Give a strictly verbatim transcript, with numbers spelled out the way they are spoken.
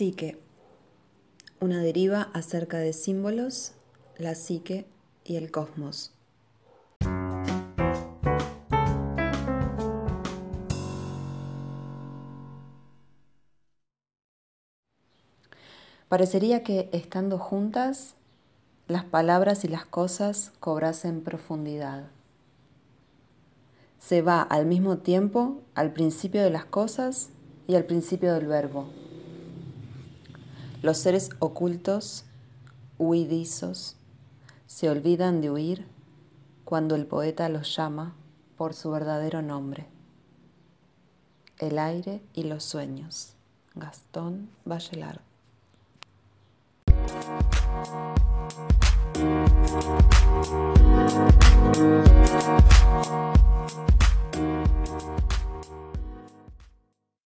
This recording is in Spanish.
Psique, una deriva acerca de símbolos, la psique y el cosmos. Parecería que, estando juntas, las palabras y las cosas cobrasen profundidad. Se va al mismo tiempo al principio de las cosas y al principio del verbo. Los seres ocultos, huidizos, se olvidan de huir cuando el poeta los llama por su verdadero nombre. El aire y los sueños. Gastón Bachelard.